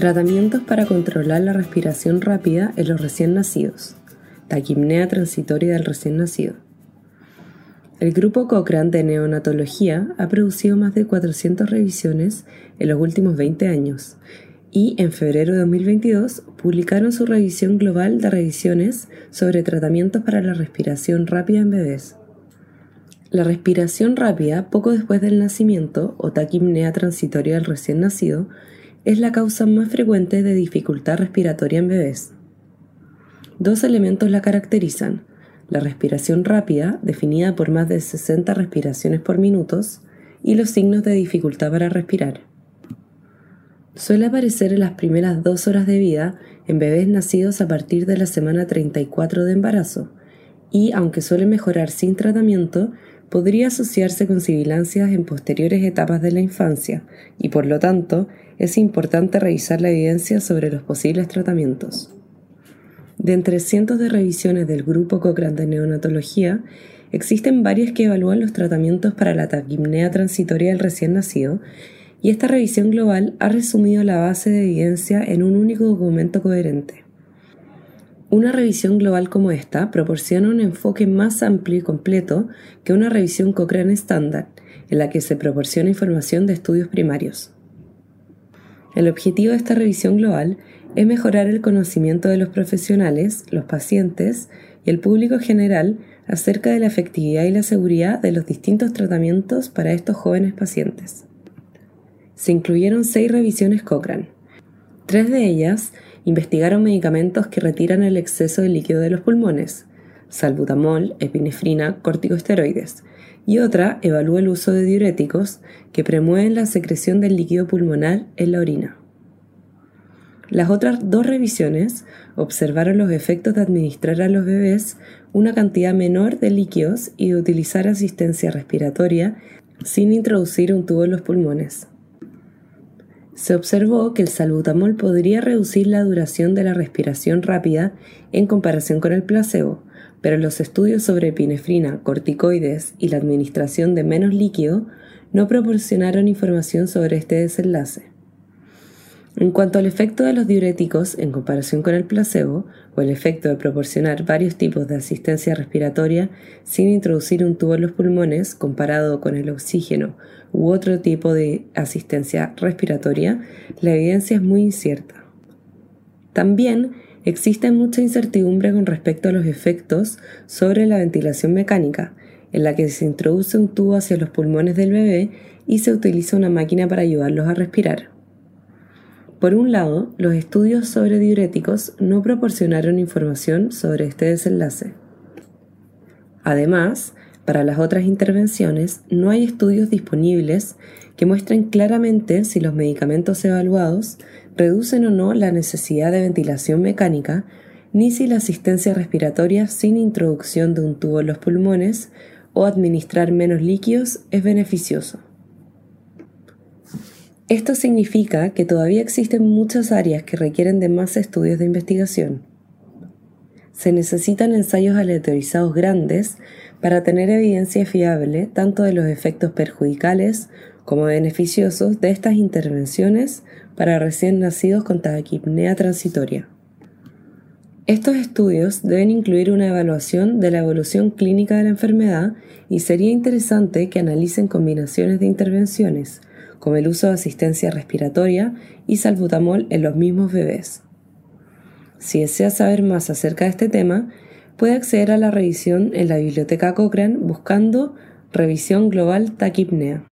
Tratamientos para controlar la respiración rápida en los recién nacidos. Taquipnea transitoria del recién nacido. El grupo Cochrane de neonatología ha producido más de 400 revisiones en los últimos 20 años y en febrero de 2022 publicaron su revisión global de revisiones sobre tratamientos para la respiración rápida en bebés. La respiración rápida poco después del nacimiento o taquipnea transitoria del recién nacido es la causa más frecuente de dificultad respiratoria en bebés. Dos elementos la caracterizan: la respiración rápida, definida por más de 60 respiraciones por minuto, y los signos de dificultad para respirar. Suele aparecer en las primeras 2 horas de vida en bebés nacidos a partir de la semana 34 de embarazo, y aunque suele mejorar sin tratamiento, podría asociarse con sibilancias en posteriores etapas de la infancia, y por lo tanto, es importante revisar la evidencia sobre los posibles tratamientos. De entre cientos de revisiones del grupo Cochrane de neonatología, existen varias que evalúan los tratamientos para la taquipnea transitoria del recién nacido, y esta revisión global ha resumido la base de evidencia en un único documento coherente. Una revisión global como esta proporciona un enfoque más amplio y completo que una revisión Cochrane estándar, en la que se proporciona información de estudios primarios. El objetivo de esta revisión global es mejorar el conocimiento de los profesionales, los pacientes y el público general acerca de la efectividad y la seguridad de los distintos tratamientos para estos jóvenes pacientes. Se incluyeron 6 revisiones Cochrane. 3 de ellas investigaron medicamentos que retiran el exceso de líquido de los pulmones, salbutamol, epinefrina, corticosteroides, y otra evalúa el uso de diuréticos que promueven la secreción del líquido pulmonar en la orina. Las otras 2 revisiones observaron los efectos de administrar a los bebés una cantidad menor de líquidos y de utilizar asistencia respiratoria sin introducir un tubo en los pulmones. Se observó que el salbutamol podría reducir la duración de la respiración rápida en comparación con el placebo, pero los estudios sobre epinefrina, corticoides y la administración de menos líquido no proporcionaron información sobre este desenlace. En cuanto al efecto de los diuréticos en comparación con el placebo, o el efecto de proporcionar varios tipos de asistencia respiratoria sin introducir un tubo en los pulmones comparado con el oxígeno u otro tipo de asistencia respiratoria, la evidencia es muy incierta. También existe mucha incertidumbre con respecto a los efectos sobre la ventilación mecánica, en la que se introduce un tubo hacia los pulmones del bebé y se utiliza una máquina para ayudarlos a respirar. Por un lado, los estudios sobre diuréticos no proporcionaron información sobre este desenlace. Además, para las otras intervenciones no hay estudios disponibles que muestren claramente si los medicamentos evaluados reducen o no la necesidad de ventilación mecánica, ni si la asistencia respiratoria sin introducción de un tubo en los pulmones o administrar menos líquidos es beneficioso. Esto significa que todavía existen muchas áreas que requieren de más estudios de investigación. Se necesitan ensayos aleatorizados grandes para tener evidencia fiable tanto de los efectos perjudiciales como beneficiosos de estas intervenciones para recién nacidos con taquipnea transitoria. Estos estudios deben incluir una evaluación de la evolución clínica de la enfermedad y sería interesante que analicen combinaciones de intervenciones, como el uso de asistencia respiratoria y salbutamol en los mismos bebés. Si desea saber más acerca de este tema, puede acceder a la revisión en la biblioteca Cochrane buscando Revisión Global Taquipnea.